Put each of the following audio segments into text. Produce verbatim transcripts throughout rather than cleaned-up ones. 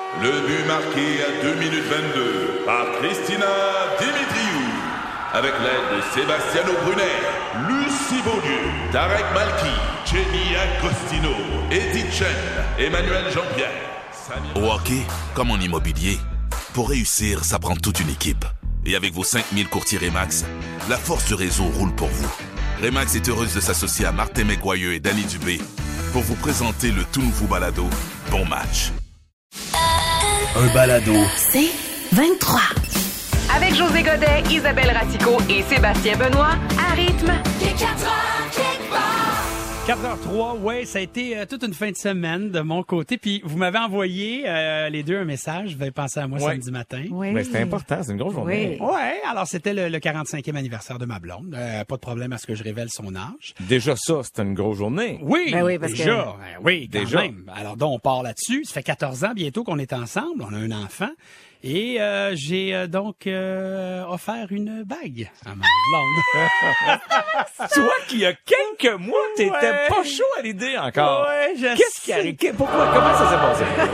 Le but marqué à deux minutes vingt-deux par Christina Dimitriou. Avec l'aide de Sebastiano Brunet, Lucie Beaulieu, Tarek Malki, Jenny Agostino, Edith Chen, Emmanuel Jean-Pierre. Samir... Au hockey, comme en immobilier, pour réussir, ça prend toute une équipe. Et avec vos cinq mille courtiers Remax, la force du réseau roule pour vous. Remax est heureuse de s'associer à Martin McGuire et Danny Dubé pour vous présenter le tout nouveau balado Bon Match. Un balado. C'est vingt-trois. Avec José Godet, Isabelle Ratico et Sébastien Benoît, à rythme. quatre heures trois, ouais, ça a été euh, toute une fin de semaine de mon côté. Puis vous m'avez envoyé euh, les deux un message. Vous avez pensé à moi ouais. samedi matin. Oui. Mais c'était important, c'est une grosse journée. Oui. Ouais, alors c'était le, le quarante-cinquième anniversaire de ma blonde. Euh, pas de problème à ce que je révèle son âge. Déjà ça, c'était une grosse journée. Oui, ben oui parce déjà. Que... Ben oui, quand déjà. même. Alors donc on part là-dessus. Ça fait quatorze ans bientôt qu'on est ensemble. On a un enfant. Et euh, j'ai euh, donc euh, offert une bague à ma blonde. Toi qui, il y a quelques mois, t'étais ouais. pas chaud à l'idée encore. Ouais, je Qu'est-ce qui arrive? Pourquoi? Comment ça s'est passé?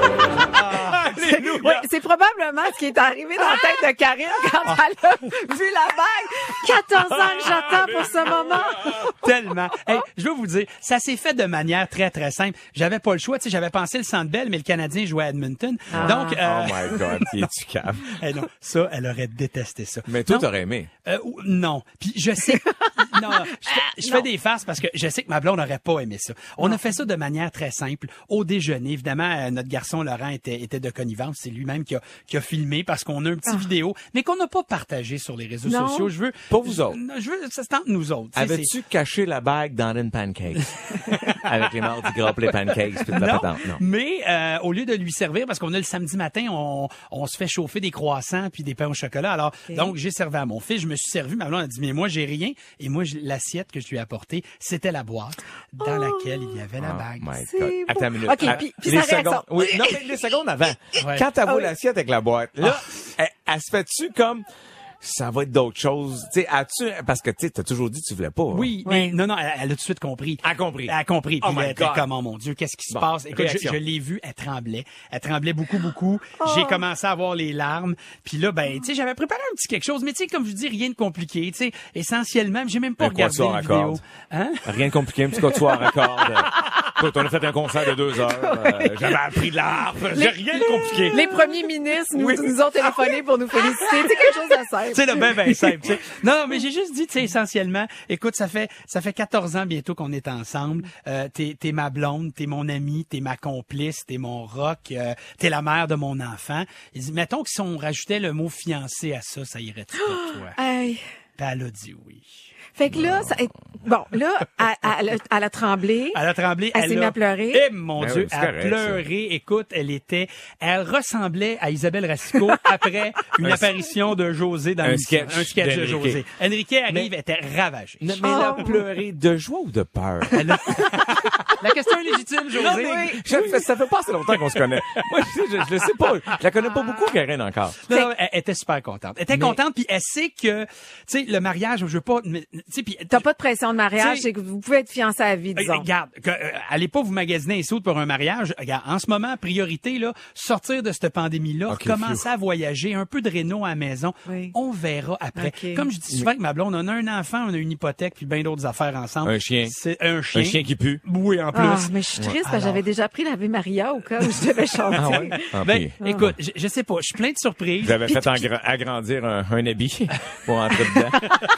Ah, oui, c'est probablement ce qui est arrivé dans la tête de Karine quand elle a vu la bague. quatorze ans que j'attends pour ce moment. Tellement. Hey, je veux vous dire, ça s'est fait de manière très, très simple. J'avais pas le choix. Tu sais, j'avais pensé le Centre Bell, mais le Canadien jouait à Edmonton. Ah. Donc, euh... Oh my God, qui es-tu cave? hey, non, ça, elle aurait détesté ça. Mais toi, non, t'aurais aimé. Euh, non. Puis je sais... non, je, fais, je fais des farces parce que je sais que ma blonde n'aurait pas aimé ça. On non. a fait ça de manière très simple. Au déjeuner, évidemment, euh, notre garçon Laurent était, était de connivence. C'est lui-même qui a, qui a filmé parce qu'on a un petit ah. vidéo, mais qu'on n'a pas partagé sur les réseaux non. sociaux. Je veux... Pas vous autres. Je, je veux... Ça se tente nous autres. Avais-tu caché la bague dans une pancake? Avec les mardis gras les pancakes puis de la non, patente? Non. Mais euh, au lieu de lui servir, parce qu'on a le samedi matin, on, on se fait chauffer des croissants puis des pains au chocolat. Alors, okay. donc, j'ai servi à mon fils. Je me suis servi. Ma blonde a dit, mais moi, j'ai rien. Et moi, l'assiette que je lui ai apportée, c'était la boîte dans oh. laquelle il y avait la bague. Oh my God. Attends une minute. OK, puis, puis les ça secondes. Oui, non, mais les secondes avant. Ouais. Quand t'as vu ah, l'assiette oui. avec la boîte, là, oh. elle, elle se fait-tu comme... Ça va être d'autres choses. Tu sais, as-tu, parce que tu sais, t'as toujours dit que tu voulais pas. Oui, hein? mais non, non, elle, elle a tout de suite compris. Elle a compris. Elle a compris. Oh Puis elle était comme, oh mon Dieu, qu'est-ce qui se bon, passe? Écoute, je, je l'ai vue, elle tremblait. Elle tremblait beaucoup, beaucoup. Oh. J'ai commencé à avoir les larmes. Puis là, ben, tu sais, j'avais préparé un petit quelque chose, mais tu sais, comme je dis, rien de compliqué. Tu sais, essentiellement, j'ai même pas un regardé la vidéo. Hein? Rien de compliqué, un petit quatuor à cordes. Écoute, on a fait un concert de deux heures. Euh, j'avais appris de l'harpe. J'ai rien de compliqué. Les premiers ministres nous, oui. nous ont téléphoné pour nous féliciter. C'est quelque chose de simple. Tu sais, le ben, ben simple. T'sais. Non, mais j'ai juste dit, tu sais, essentiellement, écoute, ça fait ça fait quatorze ans bientôt qu'on est ensemble. Euh, t'es, t'es ma blonde, t'es mon amie, t'es ma complice, t'es mon rock, euh, t'es la mère de mon enfant. Il dit, mettons que si on rajoutait le mot fiancé à ça, ça irait-tu pour toi? Hey. Puis elle a dit oui. Fait que là, ça, bon, là, elle, elle, elle a tremblé. Elle a tremblé. Elle, elle s'est a... mis à pleurer. Eh, mon ben Dieu, oui, elle a correct, pleuré. Ça. Écoute, elle était, elle ressemblait à Isabelle Ratico après une apparition de José dans un une... sketch, un sketch de José. Enrique arrive, mais... elle était ravagée. Mais elle a pleuré de joie ou de peur? Elle a... La question est légitime, José. Non, mais oui. je, oui. Ça fait pas assez longtemps qu'on se connaît. Moi, je, je, je le sais pas. Je la connais pas beaucoup, Karine, encore. Non, non, elle était super contente. Elle était mais... contente, puis elle sait que, tu sais, le mariage, je veux pas, tu sais, puis t'as pas de pression de mariage, c'est que vous pouvez être fiancés à vie, disons. Euh, regarde, que, euh, allez pas vous magasiner un saut pour un mariage. Regarde, en ce moment, priorité là, sortir de cette pandémie-là, okay, commencer phew. à voyager, un peu de réno à la maison. Oui. On verra après. Okay. Comme je dis souvent avec ma blonde, on a un enfant, on a une hypothèque, puis bien d'autres affaires ensemble. Un chien. C'est un chien. Un chien qui pue. Oui, en plus. Ah, mais je suis triste, ouais. parce que j'avais déjà pris l'Ave Maria au cas où je devais chanter. Ah ouais? Ah, ben, ah. écoute, je, je sais pas, je suis plein de surprises. J'avais fait engra- agrandir un, un habit pour entrer dedans.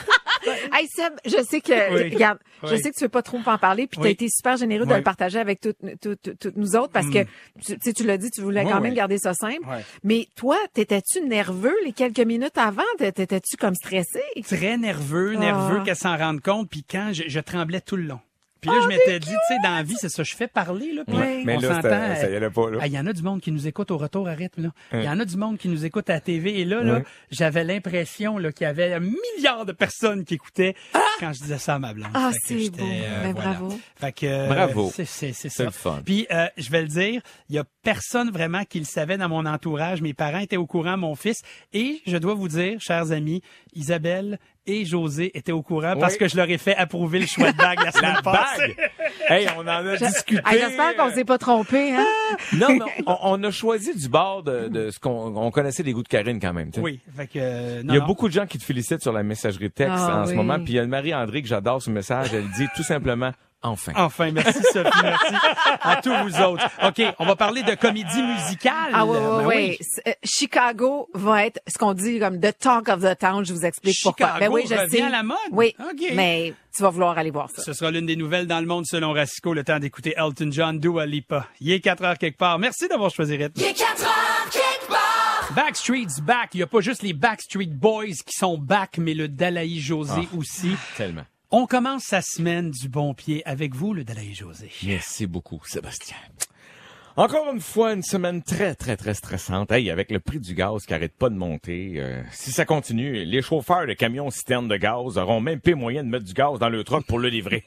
Hey Seb, je sais que, oui. regarde, oui. je sais que tu veux pas trop en parler, puis oui. tu as été super généreux oui. de le partager avec toutes tout, tout, tout, nous autres, parce mm. que, tu sais, tu l'as dit, tu voulais oui, quand même oui. garder ça simple. Oui. Mais toi, t'étais-tu nerveux les quelques minutes avant? T'étais-tu comme stressé? Très nerveux, nerveux, oh. qu'elle s'en rende compte, puis quand je, je tremblais tout le long. Puis là, oh, je m'étais dit, tu sais, dans la vie, c'est ça, je fais parler, là, puis oui. on là, s'entend. Ça y allait pas, là. Il y en a du monde qui nous écoute au retour à rythme, là. Il y en a du monde qui nous écoute à la T V. Et là, là, oui. j'avais l'impression, là, qu'il y avait un milliard de personnes qui écoutaient ah! quand je disais ça à ma blonde. Ah, c'est beau. Euh, ben, voilà. bravo. Fait que, euh, bravo. C'est, c'est, c'est, c'est ça. le le fun. Puis, euh, je vais le dire, il y a personne vraiment qui le savait dans mon entourage. Mes parents étaient au courant, mon fils. Et je dois vous dire, chers amis, Isabelle et José étaient au courant parce Oui. que je leur ai fait approuver le choix de bague la semaine La passée. bague! Hey, on en a discuté. Hey, j'espère qu'on s'est pas trompé, hein? Non, mais on, on a choisi du bord de, de ce qu'on on connaissait les goûts de Karine quand même. T'sais. Oui, fait que euh, non, Il y a non. beaucoup de gens qui te félicitent sur la messagerie texte Ah, en ce oui. moment. Puis il y a Marie-André que j'adore ce message. Elle dit tout simplement « Enfin ». Enfin, merci Sophie, merci à tous vous autres. OK, on va parler de comédie musicale. Ah oui, Ben oui, oui. Euh, Chicago va être ce qu'on dit comme the talk of the town. Je vous explique pourquoi. Chicago Ben oui, je revient sais. à la mode? Oui, OK. mais tu vas vouloir aller voir ça. Ce sera l'une des nouvelles dans le monde selon Racicot. Le temps d'écouter Elton John, Dua Lipa. Il est quatre heures quelque part. Merci d'avoir choisi Rythme. Il est quatre heures quelque part. Backstreet's back. Il n'y a pas juste les Backstreet Boys qui sont back, mais le Dalaï José aussi. Tellement. On commence sa semaine du bon pied avec vous, le Dalaï José. Merci beaucoup, Sébastien. Encore une fois, une semaine très, très, très stressante. Hey, avec le prix du gaz qui arrête pas de monter, euh, si ça continue, les chauffeurs de camions citernes de gaz auront même pas moyen de mettre du gaz dans le truck pour le livrer.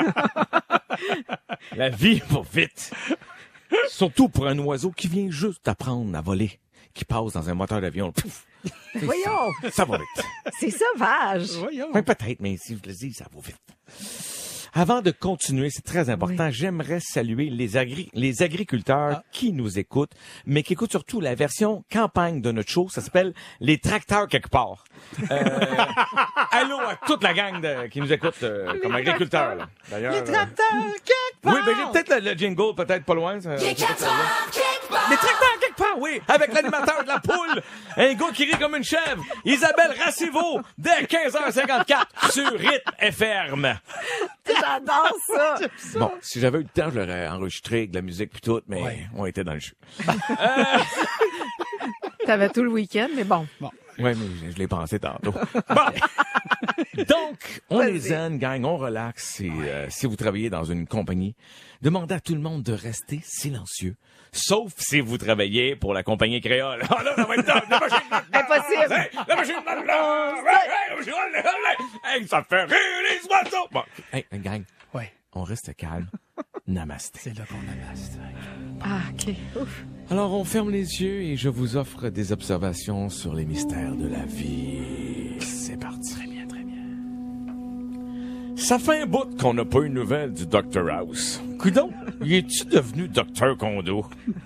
La vie va vite. Surtout pour un oiseau qui vient juste d'apprendre à voler, qui passe dans un moteur d'avion. Pouf! Voyons, Ça, ça va vite. c'est sauvage. Voyons. Oui, peut-être, mais si je le dis, ça va vite. Avant de continuer, c'est très important, j'aimerais saluer les, agri- les agriculteurs Ah. qui nous écoutent, mais qui écoutent surtout la version campagne de notre show. Ça s'appelle Les Tracteurs quelque part. Euh, allô à toute la gang de- qui nous écoute euh, comme agriculteurs. Là. D'ailleurs, Les tracteurs quelque part. oui, ben j'ai peut-être le, le jingle, peut-être pas loin. Ça, Il est quatre heures quelque part. les tracteurs quelque part, oui, avec l'animateur de la poule, un gars qui rit comme une chèvre, Isabelle Racivot, dès quinze heures cinquante-quatre sur Rythme F M. J'adore ça. Bon, si j'avais eu le temps, je l'aurais enregistré avec de la musique puis tout, mais Ouais. on était dans le jeu. T'avais tout le week-end, mais bon. Ouais, mais je, je l'ai pensé tantôt. Bon. Donc, on Vas-y. est zen, gang, on relaxe. Et, euh, si vous travaillez dans une compagnie, demandez à tout le monde de rester silencieux. Sauf si vous travaillez pour la compagnie créole. Ah là, ça va être top, la machine de- Impossible. Hey, la machine de- Hey, la machine de- Hey, ça fait rire les oiseaux. Bon, hey, gang, Ouais, on reste calme. Namasté. c'est là qu'on amasse. Ah, OK. Ouf. Alors, on ferme les yeux et je vous offre des observations sur les mystères de la vie. C'est parti. Très bien, très bien. Ça fait un bout qu'on n'a pas eu de nouvelles du docteur House. Coudon, y es-tu devenu docteur Condo?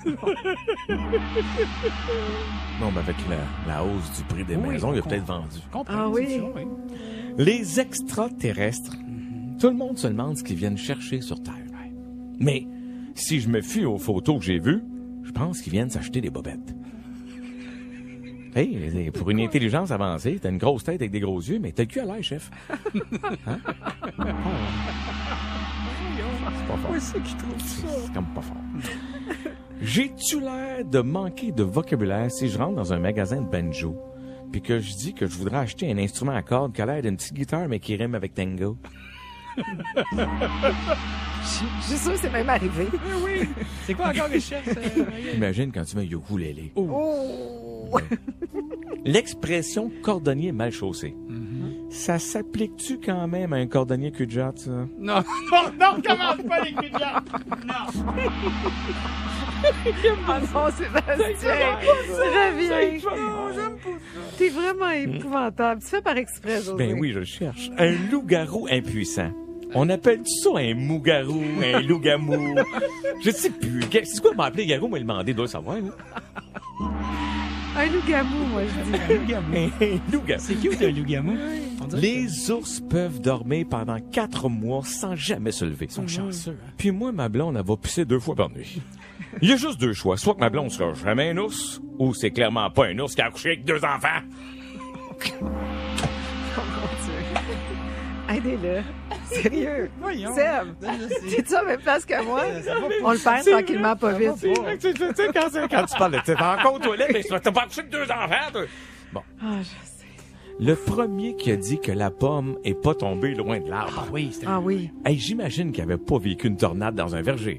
Non, mais avec la, la hausse du prix des Oui, maisons, il a on peut-être comprend. vendu. Comprends, Ah oui. c'est ça, oui. Les extraterrestres, tout le monde se demande ce qu'ils viennent chercher sur Terre. Mais si je me fie aux photos que j'ai vues, je pense qu'ils viennent s'acheter des bobettes. Hey, pour une intelligence avancée, t'as une grosse tête avec des gros yeux, mais t'as le cul à l'air, chef. Hein? C'est pas fort. Oui, c'est qui trouve ça. C'est comme pas fort. J'ai-tu l'air de manquer de vocabulaire si je rentre dans un magasin de banjo puis que je dis que je voudrais acheter un instrument à cordes qui a l'air d'une petite guitare mais qui rime avec tango? Je suis sûre que c'est même arrivé. Oui. C'est quoi encore les chefs? euh, Imagine quand tu mets ukulélé. Oh. L'expression cordonnier mal chaussé. Ça s'applique-tu quand même à un cordonnier cul de jatte, ça? Non, non, non, commence pas les coups de jatte. Non. Ah non, Sébastien. Reviens. T'es vraiment épouvantable. Tu fais par exprès, José. Ben oui, je le cherche. Un loup-garou impuissant. On appelle ça un mou-garou, un loup-gamou? Je sais plus. C'est quoi m'appeler garou? Moi, le demander, doit le savoir, hein? Un loup-gamou, moi, je dis. Un loup-gamou. Un loup-garou. C'est cute, un loup-gamou. On dirait Les ours peuvent dormir pendant quatre mois sans jamais se lever. Ils sont chanceux, hein. Puis moi, ma blonde, elle va pisser deux fois par nuit. Il y a juste deux choix. Soit que ma blonde sera jamais un ours, ou c'est clairement pas un ours qui a accouché avec deux enfants. Oh mon Dieu. Aidez-le. Sérieux. Voyons. Seb, Je sais. t'es-tu à la même place que moi? Ça va pas. On le perd C'est tranquillement, pas vite. Tu sais, tu sais, quand, c'est- quand tu parles de t'es encore aux toilettes, mais t'as pas accouché avec deux enfants, toi. Bon. Ah, je sais. Le premier qui a dit que la pomme est pas tombée loin de l'arbre. Ah oui, c'était Ah oui. Hey, j'imagine qu'il avait pas vécu une tornade dans un verger.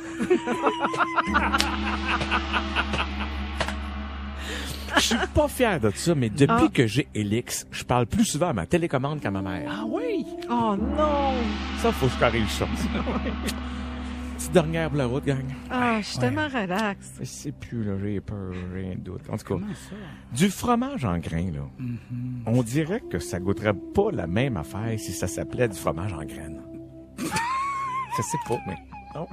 Je suis pas fier de ça, mais depuis Ah. que j'ai Elix, je parle plus souvent à ma télécommande qu'à ma mère. Ah oui. Oh non. Ça, faut que je corrige ça. Tu petite dernière pour la route, gang. Ah, je suis Ouais. tellement relax. Je sais plus, là, j'ai peur, rien de doute. En tout cas, Comment ça? du fromage en grains, là. Mm-hmm. On dirait que ça goûterait pas la même affaire si ça s'appelait du fromage en graines. Je sais pas, mais non.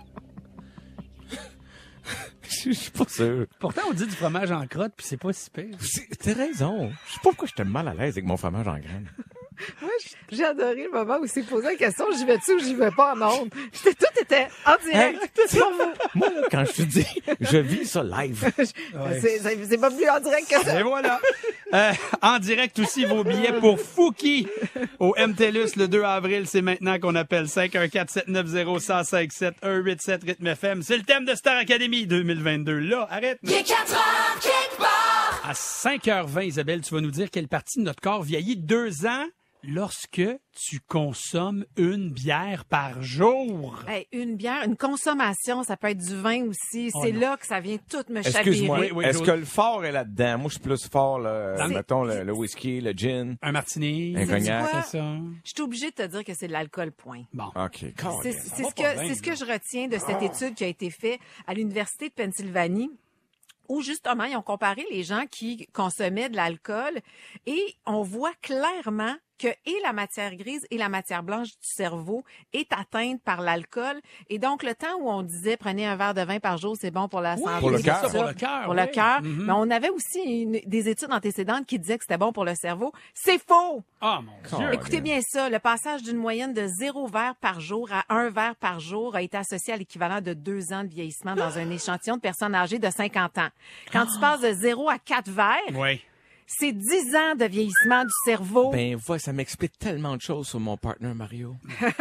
Je suis pas sûr. Pourtant, on dit du fromage en crotte, puis c'est pas si pire. C'est- T'as raison. Je sais pas pourquoi j'étais mal à l'aise avec mon fromage en graines. Moi, j'ai adoré le moment où il s'est posé la question, j'y vais-tu ou j'y vais pas en ondes. C'était, tout était en direct. Hey, pour vous. Moi, là, quand je te dis, je vis ça live. Ouais. C'est, c'est, c'est pas plus en direct que ça. Et voilà. Euh, en direct aussi, vos billets pour Fouki au M T L U S le deux avril. C'est maintenant qu'on appelle cinq un quatre, sept neuf zéro, un zéro cinq sept, un huit sept Rythme F M. C'est le thème de Star Academy deux mille vingt-deux. Là, arrête. Il est quatre heures quelque part. À cinq heures vingt, Isabelle, tu vas nous dire quelle partie de notre corps vieillit deux ans lorsque tu consommes une bière par jour. Hey, une bière, une consommation, ça peut être du vin aussi. Oh c'est non. là que ça vient tout me chavirer. Excuse-moi, Oui, oui, est-ce Claude. que le fort est là-dedans? Moi, je suis plus fort, là. Dans le- Mettons, le, le whisky, le gin. Un martini. Un Sais-tu cognac. quoi? C'est ça. Je suis obligée de te dire que c'est de l'alcool, point. Bon. OK. C'est, Colin. c'est va ce pas que, bien, c'est ce que là. je retiens de cette étude qui a été faite à l'Université de Pennsylvanie, où justement, ils ont comparé les gens qui consommaient de l'alcool et on voit clairement que et la matière grise et la matière blanche du cerveau est atteinte par l'alcool. Et donc, le temps où on disait prenez un verre de vin par jour, c'est bon pour la santé. pour le tout cœur. ça, Pour le cœur, Pour oui. le cœur. Mhm. Mais on avait aussi une- des études antécédentes qui disaient que c'était bon pour le cerveau. C'est faux! Ah, mon Dieu. Écoutez bien ça, le passage d'une moyenne de zéro verre par jour à un verre par jour a été associé à l'équivalent de deux ans de vieillissement dans un échantillon de personnes âgées de cinquante ans. Quand tu passes de zéro à quatre verres, Oui. c'est dix ans de vieillissement du cerveau. Ben, voilà, ça m'explique tellement de choses sur mon partner Mario.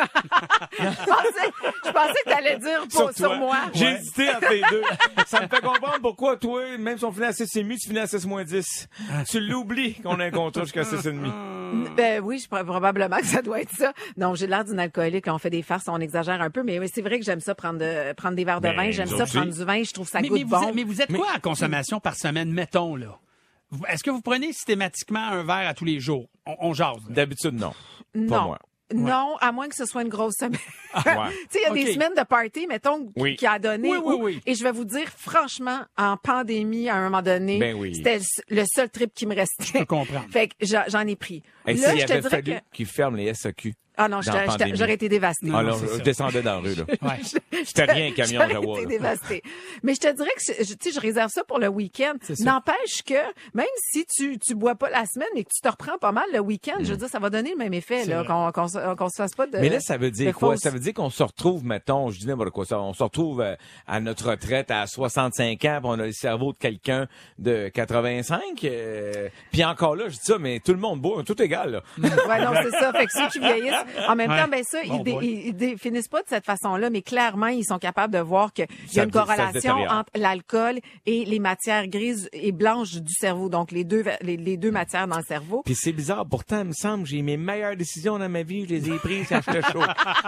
Je pensais, je pensais que tu allais dire pour- sur, toi. moi. J'ai Ouais. hésité entre les deux. Ça me fait comprendre pourquoi toi, même si on finit à six virgule cinq, tu finis à six moins dix. Tu l'oublies qu'on a un contrat jusqu'à six virgule cinq. Ben oui, je probablement que ça doit être ça. Non, j'ai l'air d'une alcoolique. On fait des farces, on exagère un peu, mais oui, c'est vrai que j'aime ça prendre de, prendre des verres de Ben, vin. J'aime nous ça aussi. prendre du vin. Je trouve ça Mais, goûte mais vous bon. êtes, mais vous êtes quoi à consommation par semaine, mettons, là? Vous- Est-ce que vous prenez systématiquement un verre à tous les jours? On, on jase. là. D'habitude, non. Pas non. moi. Non, à moins que ce soit une grosse semaine. Ouais. Tu sais, il y a Ok. des semaines de party, mettons, Oui. qui a donné. Oui, oui, où- oui. Et je vais vous dire, franchement, en pandémie, à un moment donné, Ben oui. c'était le, le seul trip qui me restait. Je peux comprendre. Fait que j'en j'en ai pris. Et Là, s'il je te avait dirais fallu que... qu'ils ferment les S A Q. Ah non, dans j'étais- la j'étais- pandémie. j'aurais été dévastée. Non, Alors, c'est je, ça. je descendais dans la rue, là. Ouais. C'était rien, un camion J'aurais Jawa, été là. dévastée. Mais je te dirais que je, je- tu sais, je réserve ça pour le week-end. C'est ça. N'empêche que même si tu tu bois pas la semaine et que tu te reprends pas mal le week-end, je veux dire, ça va donner le même effet C'est là, vrai. qu'on qu'on se- qu'on se fasse pas de. Mais là, ça veut dire de quoi? fausses- Ça veut dire qu'on se retrouve, mettons, je dis n'importe quoi, ça, on se retrouve euh, à notre retraite à soixante-cinq ans, puis on a le cerveau de quelqu'un de quatre-vingt-cinq. euh, puis encore là, je dis ça, mais tout le monde boit, tout égal, là. Ouais, non, c'est ça. Fait que ceux qui vieillissent, en même Ouais. temps, ben ça, Bon ils, dé- boy. ils, ils définissent pas de cette façon-là, mais clairement, ils sont capables de voir qu'il y Ça a une dé- ça se corrélation détériore. entre l'alcool et les matières grises et blanches du cerveau. Donc, les deux, les, les deux matières dans le cerveau. Puis c'est bizarre, pourtant, il me semble, j'ai mes meilleures décisions dans ma vie, je les ai prises quand j'étais chaud.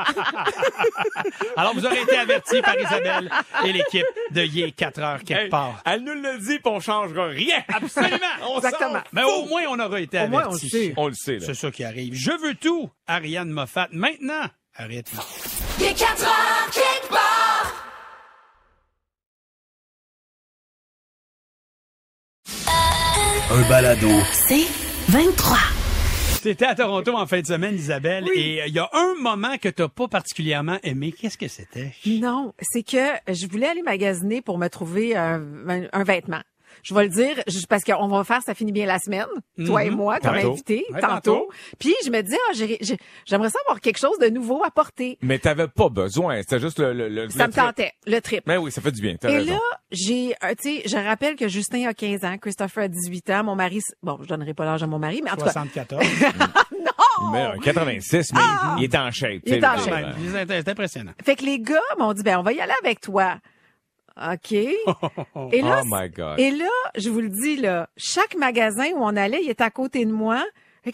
Alors, vous aurez été avertis par Isabelle et l'équipe de Yé quatre heures quelque Hey, part. elle nous l'a dit, puis on changera rien. Absolument. On Exactement. s'en Mais au moins, on aura été Au moins, on avertis. le sait. On le sait, là. C'est ça qui arrive. Je veux tout, Ariane Moffat. Maintenant, arrête. Il est quatre heures quelque part. Un balado. C'est vingt-trois. T'étais à Toronto en fin de semaine, Isabelle, et il y a un moment que t'as pas particulièrement aimé. Qu'est-ce que c'était? Non, c'est que je voulais aller magasiner pour me trouver un, un, un vêtement. Je vais le dire, juste parce qu'on va faire Ça finit bien la semaine, toi et Mhm. moi, comme Tantôt. invité, Ouais, tantôt. tantôt. Puis je me dis, ah, j'ai- j'ai- j'aimerais ça avoir quelque chose de nouveau à porter. Mais t'avais pas besoin, c'était juste le, le, le Ça le me trip. tentait, le trip. Mais oui, ça fait du bien, t'as Et raison. là, j'ai, euh, tu sais, je rappelle que Justin a quinze ans, Christopher a dix-huit ans, mon mari, s- bon, je donnerai pas l'âge à mon mari, mais en tout cas, soixante-quatorze. Mais un quatre-vingt-six, mais il est en shape. Ah! Il est tu sais, en le- shape. C'est c'est impressionnant. fait que les gars m'ont dit, ben, on va y aller avec toi. OK. Et là, Oh my God. Et là, je vous le dis, là, chaque magasin où on allait, il était à côté de moi. Fait que là, je,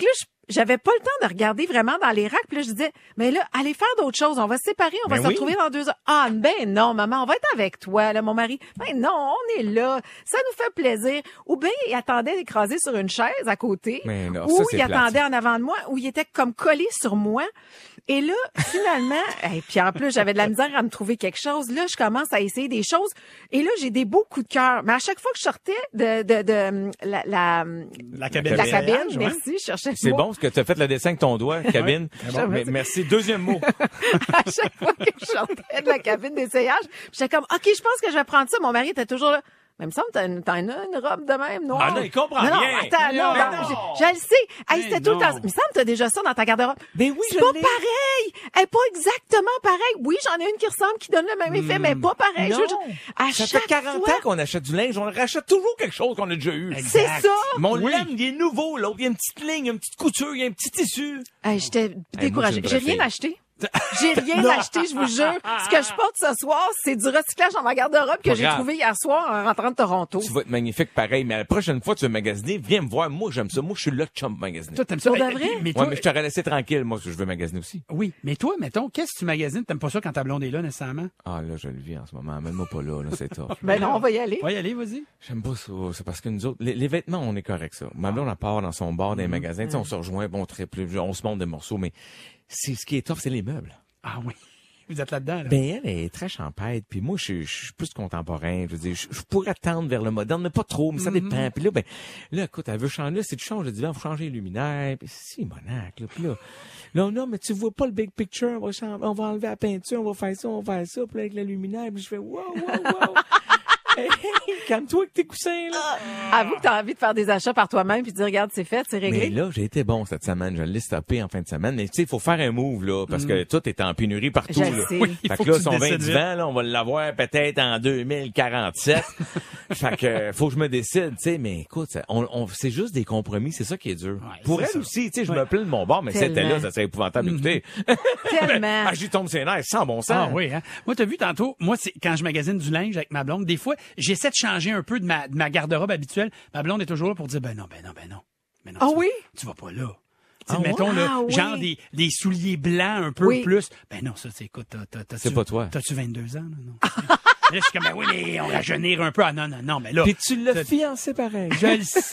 j'avais pas le temps de regarder vraiment dans les racks. Puis là, je disais, mais là, allez faire d'autres choses. On va se séparer, on va Ben se oui. retrouver dans deux heures. Ah, ben non, maman, on va être avec toi. Là, mon mari, ben non, on est là. Ça nous fait plaisir. Ou bien, il attendait d'écraser sur une chaise à côté. Mais non, ou ça, c'est il plate. attendait en avant de moi, ou il était comme collé sur moi. Et là, finalement, et puis en plus, j'avais de la misère à me trouver quelque chose. Là, je commence à essayer des choses. Et là, j'ai des beaux coups de cœur. Mais à chaque fois que je sortais de, de, de la, la, La cabine. la de cabine, voyage, ouais. merci, je cherchais le C'est mot. bon parce que tu as fait le dessin avec ton doigt, cabine. bon. Mais- merci. Deuxième mot. À chaque fois que je sortais de la cabine d'essayage, j'étais comme, OK, je pense que je vais prendre ça. Mon mari était toujours là. Mais il me semble que t'as une, t'as une, une robe de même noire. Ah non, il comprend non, non, rien. attends, non, Mais non, non. je, je le sais. Hey, Mais c'était tout le non. temps. Il me semble que t'as déjà ça dans ta garde-robe. Ben oui, C'est je pas l'ai. pareil. Elle est pas exactement pareil. Oui, j'en ai une qui ressemble, qui donne le même effet, mais pas pareil. Non. Je- je- à Ça chaque fait quarante fois, ans qu'on achète du linge, on rachète toujours quelque chose qu'on a déjà eu. c'est Exact. ça. Mon Oui. laine, il est nouveau, l'autre, il y a une petite ligne, une petite couture, il y a un petit tissu. Hey, j'étais découragée. moi, je J'ai suis une rien vraie acheté. J'ai rien acheté, je vous jure. Ce que je porte ce soir, c'est du recyclage dans ma garde-robe que Pas j'ai grave. trouvé hier soir en rentrant de Toronto. Tu vas être magnifique pareil, mais la prochaine fois que tu veux magasiner, viens me voir. Moi, j'aime ça. Moi, je suis là de chum magasiner. Toi, t'aimes ça? Pour de Mais- vrai? Mais Ouais, toi, mais je t'aurais laissé tranquille, moi, parce que je veux magasiner aussi. oui, mais toi, mettons, qu'est-ce que tu magasines? T'aimes pas ça quand ta blonde est là, nécessairement? Ah, là, je le vis en ce moment. Amène-moi pas là, là, c'est tough. Ben non, on va y aller. Ouais, allez, vas-y. J'aime pas ça. C'est parce que nous autres, les, les vêtements, on est correct, ça. Ma blonde, elle part dans son bar, dans les magasins. Tu sais, on se rejoint, bon, très plus, on se monte des morceaux, mais c'est, ce qui est tough, c'est les meubles. Ah oui. Vous êtes là-dedans, là. Ben, elle est très champêtre, puis moi, je suis- je suis plus contemporain. Je veux dire, je, je pourrais tendre vers le moderne, mais pas trop, mais ça dépend. Puis là, ben, là, écoute, elle veut changer. Là, si tu changes, je dis, il faut changer les luminaires. Puis si, monac, là, puis là, là, non, mais tu vois pas le big picture. On va, changer, on va enlever la peinture, on va faire ça, on va faire ça, puis là, avec la luminaire, puis je fais, wow, wow, wow. Hey, calme-toi avec tes coussins, là. Avoue que t'as envie de faire des achats par toi-même puis de dire, regarde, c'est fait, c'est Mais réglé. là, j'ai été bon cette semaine. Je l'ai stoppé en fin de semaine. Mais tu sais, il faut faire un move, là, parce que tout est en pénurie partout, Je là. le sais. Oui, il Fait faut que là, que tu son te vin décides du vite. vent, là, on va l'avoir peut-être en deux mille quarante-sept. Fait que, euh, faut que je me décide, tu sais. Mais écoute, ça- on, on, c'est juste des compromis. C'est ça qui est dur. Ouais, Pour c'est elle ça. aussi, tu sais, je Ouais. me plains de mon bord, mais Tellement. c'était là, ça serait épouvantable d'écouter. Tellement. Ah, j'y tombe ses nerfs, sans bon sens. Ah oui, hein. Moi, t'as vu tantôt, moi, c'est quand je magasine du linge avec ma blonde, des fois, j'essaie de changer un peu de ma, de ma garde-robe habituelle. Ma blonde est toujours là pour dire, ben non, ben non, ben non. Ben non Ah tu vas- oui? Tu vas pas là. Tu sais, Ah mettons, ouais? là, Ah oui. genre des, des souliers blancs un peu Oui. plus. Ben non, ça, c'est, écoute, t'as, t'as, t'as, C'est pas toi. T'as-tu vingt-deux ans, là? Non. Là, je suis comme, ben oui, mais on va rajeunir un peu. Ah non, non, non, mais là. Puis tu l'as Ça- fiancé pareil. Je le sais.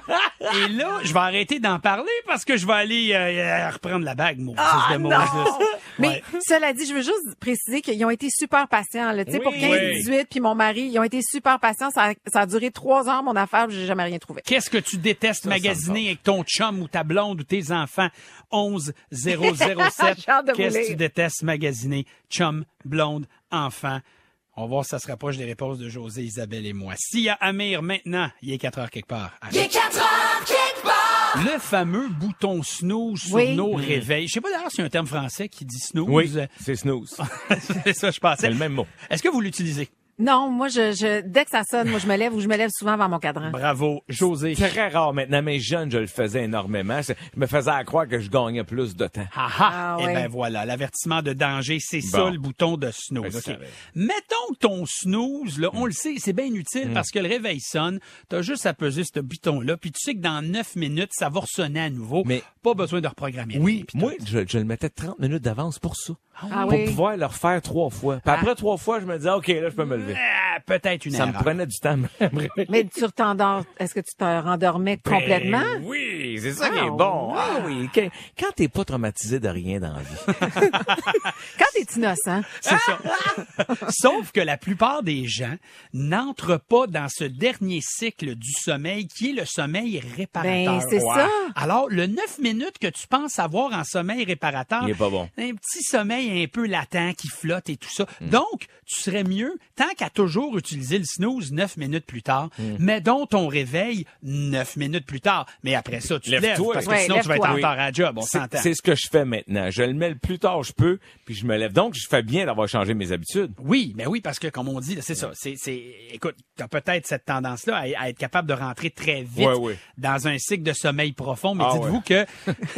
Et là, je vais arrêter d'en parler parce que je vais aller euh, reprendre la bague, moi. Ah, de non! Moses. Mais Ouais. cela dit, je veux juste préciser qu'ils ont été super patients. Là. Tu sais, Oui. pour quinze dix-huit, puis mon mari, ils ont été super patients. Ça a, ça a duré trois heures, mon affaire, puis j'ai jamais rien trouvé. Qu'est-ce que tu détestes Ça, magasiner ça me avec ton chum ou ta blonde ou tes enfants? onze zéro zéro sept. J'ai hâte de vous Qu'est-ce que lire. tu détestes magasiner? Chum, blonde, enfant. On va voir si ça se rapproche des réponses de José, Isabelle et moi. S'il y a Amir maintenant, il est quatre heures quelque part. Il est quatre heures quelque part. Le fameux bouton snooze sur Oui. nos réveils. Je sais pas d'ailleurs s'il y a un terme français qui dit snooze. Oui, c'est snooze. C'est ça, je C'est pensais. le même mot. Est-ce que vous l'utilisez? Non, moi, je, je, dès que ça sonne, moi, je me lève ou je me lève souvent avant mon cadran. Bravo, José. Très rare maintenant, mais jeune, je le faisais énormément. Je me faisais à croire que je gagnais plus de temps. Ah ah! Ah Eh ouais. ben voilà, l'avertissement de danger, c'est ça Bon. le bouton de snooze. Ben, OK. ça va. Mettons que ton snooze, là, on le sait, c'est bien utile parce que le réveil sonne, t'as juste à peser ce bouton-là, puis tu sais que dans neuf minutes, ça va ressonner à nouveau. Mais- pas besoin de reprogrammer. Oui, rien, puis moi, tout. je, je le mettais trente minutes d'avance pour ça. Ah Pour oui. pouvoir le refaire trois fois. Puis après trois fois, je me disais, OK, là, je peux me lever. Ah, peut-être une Ça me erreur. prenait du temps. à me réveiller. Mais tu t'endors, est-ce que tu te rendormais complètement? Ben oui, c'est ça qui Ah, est bon. ouais. Ah oui, quand, quand t'es pas traumatisé de rien dans la vie. Quand t'es innocent. C'est ça. Sauf que la plupart des gens n'entrent pas dans ce dernier cycle du sommeil qui est le sommeil réparateur. Ben, c'est ça. Alors, le neuf minutes que tu penses avoir en sommeil réparateur, Il est pas bon. un petit sommeil un peu latent qui flotte et tout ça. Mm. Donc, tu serais mieux, tant qu'à toujours utiliser le snooze neuf minutes plus tard, Mm. mets donc ton réveil neuf minutes plus tard. Mais après ça, tu te lèves Lève-toi. parce que Ouais, sinon, tu vas être en lève-toi. retard à la job, on C'est s'entend. c'est ce que je fais maintenant. Je le mets le plus tard je peux, puis je me lève. Donc, je fais bien d'avoir changé mes habitudes. Oui, mais oui, parce que comme on dit, c'est ça. C'est, c'est, écoute, t'as peut-être cette tendance-là à, à être capable de rentrer très vite Ouais, ouais. dans un cycle de sommeil profond, mais Ah, dites-vous ouais. que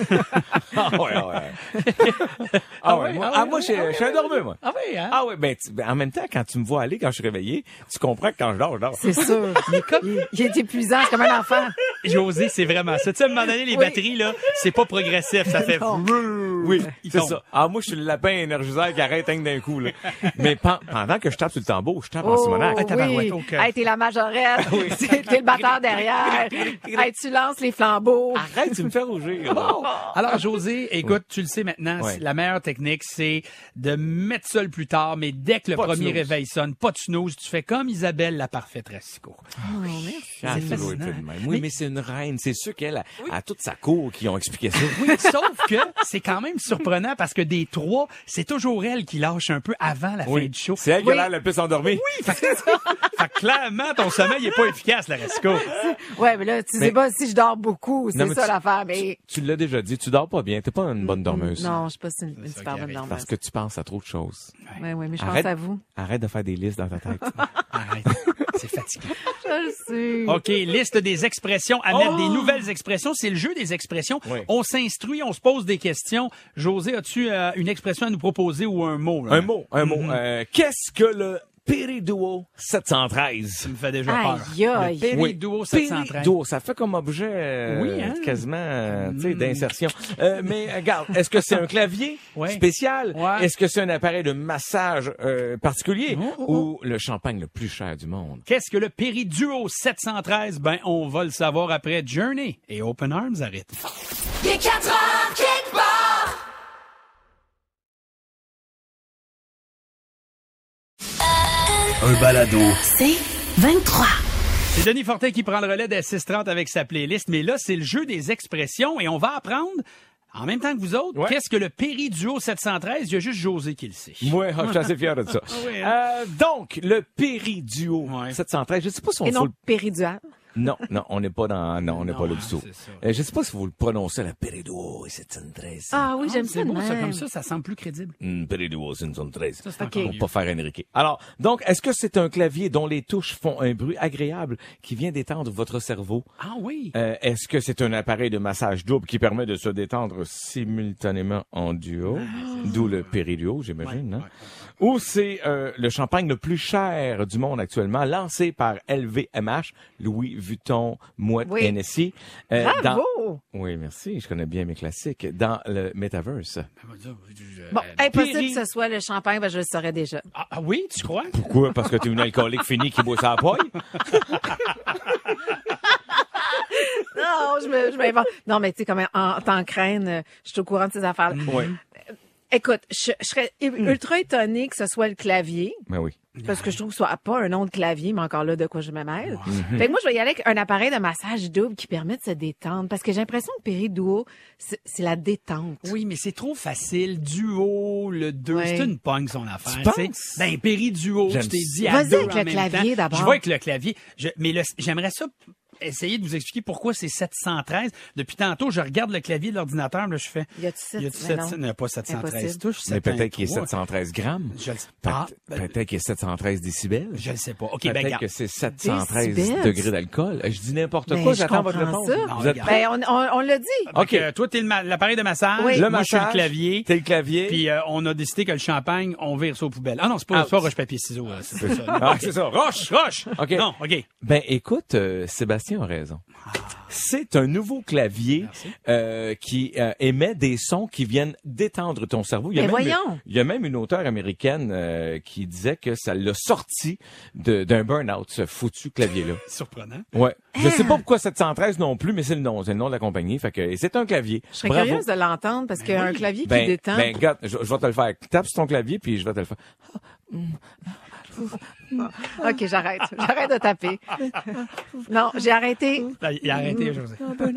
Ah ouais, ah ouais. Ah ouais, moi, ah, moi, je je suis un dormeur, moi. ah oui, hein? Ah ouais, ben, tu- ben, en même temps, quand tu me vois aller, quand je suis réveillé, tu comprends que quand je dors, je dors. C'est sûr. Il, il est épuisant, c'est comme un enfant. José, c'est vraiment ça. Tu sais, à un moment donné, les oui. batteries, là, c'est pas progressif. Ça fait... Oui, c'est ça. Ah, moi, je suis le lapin énergiseur qui arrête un d'un coup, là. Mais pendant que je tape sur le tambour, je tape oh, en Simonac. Ah, oui. Okay. Hey, t'es la majorette. oui. T'es le batteur derrière. Hey, tu lances les flambeaux. Arrête, tu me fais rougir. Bon. Alors, José, écoute, oui. tu le sais maintenant, oui. la meilleure technique, c'est de mettre ça le plus tard, mais dès que le pas premier réveil sonne, pas de snooze, tu fais comme Isabelle, la parfaite Racicot. Oh, merci. Ah, c'est fascinant. Oui, mais, mais c'est une reine. C'est sûr qu'elle a, oui. a toute sa cour qui ont expliqué ça. Oui, sauf que c'est quand même surprenant parce que des trois, c'est toujours elle qui lâche un peu avant la oui. fin du show. C'est elle qui oui. a l'air le plus endormie. Oui, fait que, fait que clairement, ton sommeil n'est pas efficace, la Racicot. Ouais, mais là, tu mais, sais pas si je dors beaucoup, c'est non, ça tu, l'affaire. Mais... Tu, tu l'as déjà dit, tu dors pas bien. T'es pas une bonne dormeuse. Non, je suis pas une, une super bonne dormeuse. Parce que tu penses à trop de choses. Oui, oui, mais je arrête, pense à vous. Arrête de faire des listes dans ta tête. Arrête. C'est fatigant. Je le sais. OK, liste des expressions à mettre, oh! des nouvelles expressions. C'est le jeu des expressions. Oui. On s'instruit, on se pose des questions. José, as-tu euh, une expression à nous proposer ou un mot? Là? Un mot, un mm-hmm. mot. Euh, qu'est-ce que le Périduo sept cent treize? Ça me fait déjà peur. Aïe, aïe. Le Périduo oui. sept cent treize. Périduo, ça fait comme objet euh, oui, hein? quasiment euh, tu sais, mm. d'insertion. Euh, mais regarde, est-ce que c'est un clavier ouais. spécial? Ouais. Est-ce que c'est un appareil de massage euh, particulier? Oh, oh, oh. Ou le champagne le plus cher du monde? Qu'est-ce que le Périduo sept cent treize? Ben, on va le savoir après Journey et Open Arms arrête. Il est quatre heures quelque part. Un balado. C'est vingt-trois. C'est Denis Fortin qui prend le relais des six trente avec sa playlist, mais là, c'est le jeu des expressions et on va apprendre, en même temps que vous autres, ouais. qu'est-ce que le Périduo sept cent treize? Il y a juste José qui le sait. Oui, je suis assez fier de ça. oui, hein? euh, donc, le Périduo ouais. sept cent treize, je sais pas si on... Et non le... péridual. Non, non, on n'est pas dans, non, on n'est pas là du tout. Euh, je sais pas si vous le prononcez, la Périduo sept cent treize. Ah oui, j'aime ah, ça. C'est beau, ça, comme ça, ça semble plus crédible. Mm, Périduo sept cent treize. Ça, c'est okay. Pour pas faire Enrique. Alors, donc, est-ce que c'est un clavier dont les touches font un bruit agréable qui vient détendre votre cerveau? Ah oui. Euh, est-ce que c'est un appareil de massage double qui permet de se détendre simultanément en duo? Ah, d'où le Périduo, j'imagine, ouais, hein? Ouais. Ou c'est euh, le champagne le plus cher du monde actuellement, lancé par L V M H, Louis Vuitton, Moet oui. Hennessy. Euh, Bravo! Dans... Oui, merci. Je connais bien mes classiques. Dans le Metaverse. Bon, impossible Péri... que ce soit le champagne, ben je le saurais déjà. Ah, ah oui, tu crois? Pourquoi? Parce que tu es une alcoolique finie qui boit sa poille? Non, je me, je m'invente. Non, mais tu sais, comme en, en tant que reine, je suis au courant de ces affaires-là. Oui. Écoute, je, je serais ultra étonnée que ce soit le clavier. Ben oui. Parce que je trouve que ce soit pas un nom de clavier, mais encore là, de quoi je me mêle. Mm-hmm. Fait que moi, je vais y aller avec un appareil de massage double qui permet de se détendre. Parce que j'ai l'impression que Périduo, c'est, c'est la détente. Oui, mais c'est trop facile. Duo, le deux, ouais. c'est une pogne son affaire. Tu penses? Ben, Périduo, je t'ai dit à Vas-y deux avec le clavier temps. d'abord. Je vais avec le clavier. Je, mais le, j'aimerais ça... Essayer de vous expliquer pourquoi c'est sept cent treize. Depuis tantôt, je regarde le clavier de l'ordinateur, là, je fais... Y a-tu sept... Y a-tu sept... Non, pas sept cent treize touches. Mais peut-être qu'il y a sept cent treize grammes. Je le... Pe- ah, ben... Peut-être qu'il y a sept cent treize décibels. Je le sais pas. OK, peut-être ben, regarde. que c'est sept cent treize décibels. degrés d'alcool. Je dis n'importe ben, quoi, j'attends votre réponse. Vous êtes ben, on, on, on l'a dit. OK. Donc, toi, t'es le ma... l'appareil de massage. Oui. Moi, Le massage. je suis le clavier. T'es le clavier. Puis, euh, on a décidé que le champagne, on vire ça aux poubelles. Ah non, c'est pas, c'est pas roche-papier-ciseaux. C'est ça. Ah, c'est ça. Roche, roche. OK. Non, OK. Ben, écoute, euh, Sébastien a raison. C'est un nouveau clavier euh, qui euh, émet des sons qui viennent détendre ton cerveau. Il y a Mais même, voyons! Il y a même une auteure américaine euh, qui disait que ça l'a sorti de, d'un burn-out, ce foutu clavier-là. Surprenant. Ouais. Ah. Je sais pas pourquoi sept cent treize non plus, mais c'est le nom. C'est le nom de la compagnie. Fait que et c'est un clavier. Je serais Bravo. curieuse de l'entendre parce ben qu'un oui. clavier Ben, qui détend... ben, regarde, je, je vais te le faire. Tape sur ton clavier, puis je vais te le faire. OK, j'arrête. J'arrête de taper. Non, j'ai arrêté. Il a arrêté, José.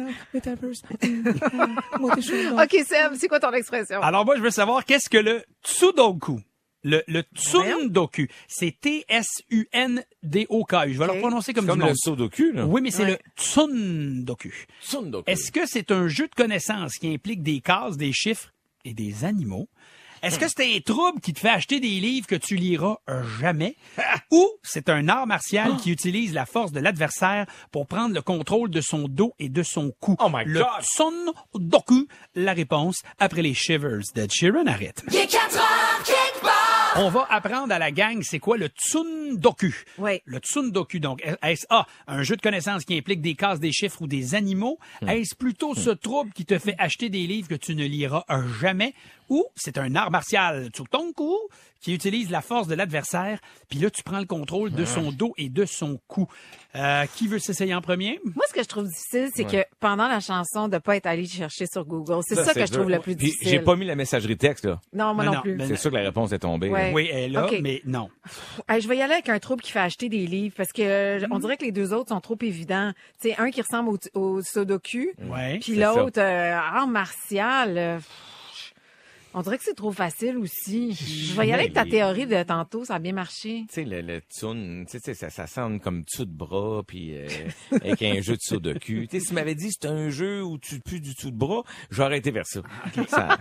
OK, Seb, c'est quoi ton expression? Alors moi, je veux savoir, qu'est-ce que le Tsudoku? Le, le Tsundoku, c'est T S U N D O K U. Je vais okay. le prononcer comme, comme du monde. le Sudoku, là. Oui, mais c'est ouais. le Tsundoku. Tsundoku. Est-ce que c'est un jeu de connaissances qui implique des cases, des chiffres et des animaux? Est-ce que c'est un trouble qui te fait acheter des livres que tu liras jamais? Ou c'est un art martial qui utilise la force de l'adversaire pour prendre le contrôle de son dos et de son cou? Oh my le God! Tsundoku, la réponse après les Shivers d'Ed Sheeran à rythme. Il est quatre heures quelque part. On va apprendre à la gang c'est quoi le tsundoku. Oui. Le tsundoku, donc, est-ce A, un jeu de connaissances qui implique des cases, des chiffres ou des animaux? Mm. Est-ce plutôt ce trouble qui te fait acheter des livres que tu ne liras jamais? Ou c'est un art martial, tsutonku, qui utilise la force de l'adversaire, puis là, tu prends le contrôle de son dos et de son cou. Euh, qui veut s'essayer en premier? Moi, ce que je trouve difficile, c'est Ouais. que pendant la chanson, de pas être allé chercher sur Google. C'est ça, Ça, que c'est je trouve dur. le plus Puis, difficile. j'ai pas mis la messagerie texte, là. Non, moi Mais non, non, plus. mais C'est sûr que la réponse est tombée. Ouais. là. Oui, elle est là, OK. mais non. Hey, je vais y aller avec un trouble qui fait acheter des livres parce que euh, on dirait que les deux autres sont trop évidents. Tu sais, un qui ressemble au, au Sudoku, Ouais. puis c'est l'autre euh, art martial. euh, On dirait que c'est trop facile aussi. Je vais y aller avec ta Mais- théorie de tantôt, ça a bien marché. Tu sais, le, le tune, tu sais, ça, ça sonne comme dessous de bras, puis euh, avec un jeu de sudoku. Tu sais, si tu m'avais dit c'est un jeu où tu pues du dessous de bras, j'aurais été vers ça. Ça-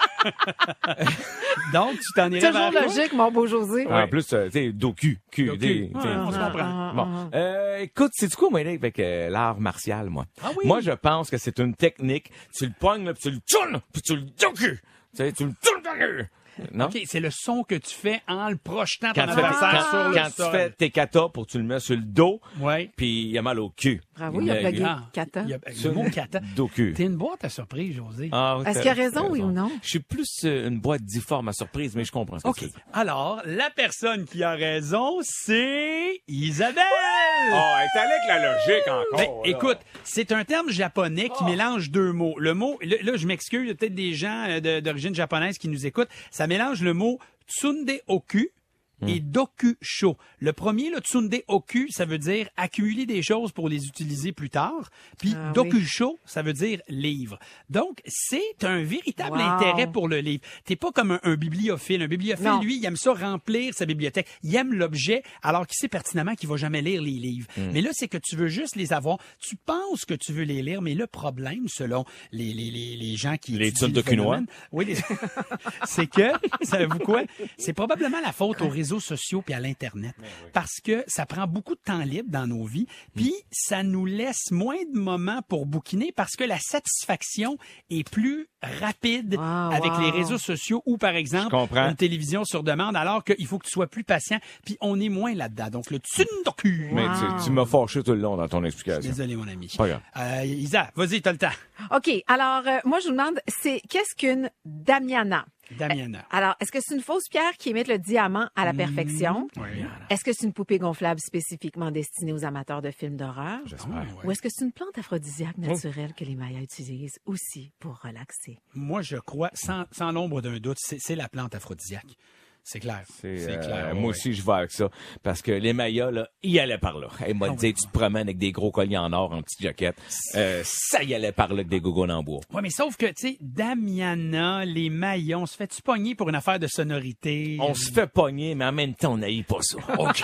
Donc, tu t'en irais Toujours vers quoi? logique, mon beau José. En plus, euh, tu sais, doku. Q, Doku. des- tu sais, Ah, on se ça- comprend. Bon, euh, écoute, c'est du quoi, moi, avec euh, l'art martial, moi? Ah oui? Moi, je pense que c'est une technique. Tu le pognes, là, puis tu le tchoun, puis tu le doku. Tu sais, tu le tchoun, non? OK, c'est le son que tu fais en le projetant ton Quand, tu fais, adversaire quand- sur le quand tu sol. fais tes katas pour que tu le mets sur le dos, Ouais. puis il y a mal au cul. Bravo, il a Mais- plugué Ah, Kata. il y a- le mot kata. Doku. T'es une boîte à surprise, José. Ah, oui, Est-ce t'as- qu'il a raison, t'as oui ou non? Je suis plus euh, une boîte difforme à surprise, mais je comprends ce que OK. tu veux dire. Alors, la personne qui a raison, c'est Isabelle! Oh, elle est allée avec la logique encore. Ben, là. écoute, c'est un terme japonais qui mélange deux mots. Le mot, là, là, je m'excuse, il y a peut-être des gens euh, de- d'origine japonaise qui nous écoutent. Ça mélange le mot tsundeoku et dokusho. Le premier, le tsundeoku, ça veut dire accumuler des choses pour les utiliser plus tard. Puis Ah, dokusho, ça veut dire livre. Donc, c'est un véritable Wow. intérêt pour le livre. T'es pas comme un, un bibliophile. Un bibliophile, Non. lui, il aime ça remplir sa bibliothèque. Il aime l'objet, alors qu'il sait pertinemment qu'il va jamais lire les livres. Mais là, c'est que tu veux juste les avoir. Tu penses que tu veux les lire, mais le problème, selon les, les, les, les gens qui Les étudient le Tsundokunois. phénomène, oui, les- c'est que, savez-vous quoi? C'est probablement la faute aux réseaux sociaux puis à l'Internet. Parce que ça prend beaucoup de temps libre dans nos vies, puis ça nous laisse moins de moments pour bouquiner parce que la satisfaction est plus rapide Wow, avec wow. les réseaux sociaux ou, par exemple, Je comprends. une télévision sur demande, alors qu'il faut que tu sois plus patient, puis on est moins là-dedans. Donc, le tsundoku. Mais Wow. tu, tu m'as fâché tout le long dans ton explication. Désolé, mon ami. Pas grave. Euh, Isa, vas-y, t'as le temps. OK. Alors, euh, moi, je vous demande, c'est qu'est-ce qu'une Damiana? Damiana. Alors, est-ce que c'est une fausse pierre qui émite le diamant à la perfection? Oui. Est-ce que c'est une poupée gonflable spécifiquement destinée aux amateurs de films d'horreur? J'espère. Ou est-ce que c'est une plante aphrodisiaque naturelle que les Mayas utilisent aussi pour relaxer? Moi, je crois, sans, sans l'ombre d'un doute, c'est c'est la plante aphrodisiaque. C'est clair. C'est, C'est euh, clair. moi ouais. aussi, je vais avec ça. Parce que les Mayas, là, y allaient par là. Elle m'a Ah dit, oui. tu te promènes avec des gros colliers en or, en petite jaquette. Euh, ça y allait par là avec des gougounes en bois. Ouais, mais sauf que, tu sais, Damiana, les maillons, se fait-tu pogner pour une affaire de sonorité? On se fait pogner, mais en même temps, on n'haït pas ça. OK.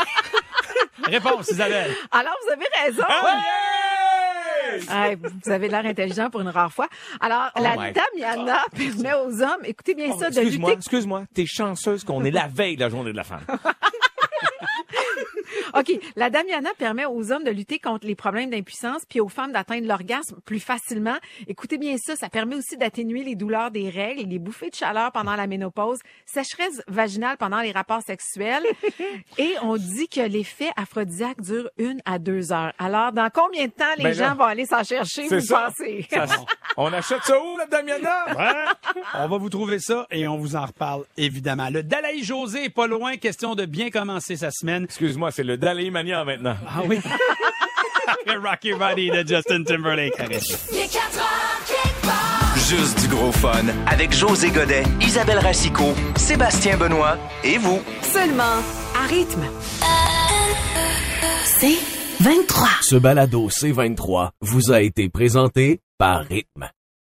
Réponse, Isabelle. Alors, vous avez raison! Hey, vous avez l'air intelligent pour une rare fois. Alors, Oh la my Damiana permet aux hommes, écoutez bien ça, de Excuse-moi, lutter... excuse-moi. T'es chanceuse qu'on est la veille de la journée de la femme. OK. La Damiana permet aux hommes de lutter contre les problèmes d'impuissance puis aux femmes d'atteindre l'orgasme plus facilement. Écoutez bien ça, ça permet aussi d'atténuer les douleurs des règles, les bouffées de chaleur pendant la ménopause, sécheresse vaginale pendant les rapports sexuels. Et on dit que l'effet aphrodisiaque dure une à deux heures. Alors, dans combien de temps les Ben gens là, vont aller s'en chercher, c'est vous ça. pensez? Ça- on achète ça où, la Damiana? Ouais. On va vous trouver ça et on vous en reparle, évidemment. Le Dalai José est pas loin. Question de bien commencer sa semaine. Excuse-moi, c'est le Dalai Mania maintenant. Ah oui. Le Rocky Body de Justin Timberlake. Arrête. Il est quatre heures quelque part. Juste du gros fun avec José Godet, Isabelle Racicot, Sébastien Benoît et vous. Seulement à rythme. C'est vingt-trois. Ce balado C vingt-trois vous a été présenté par Rythme.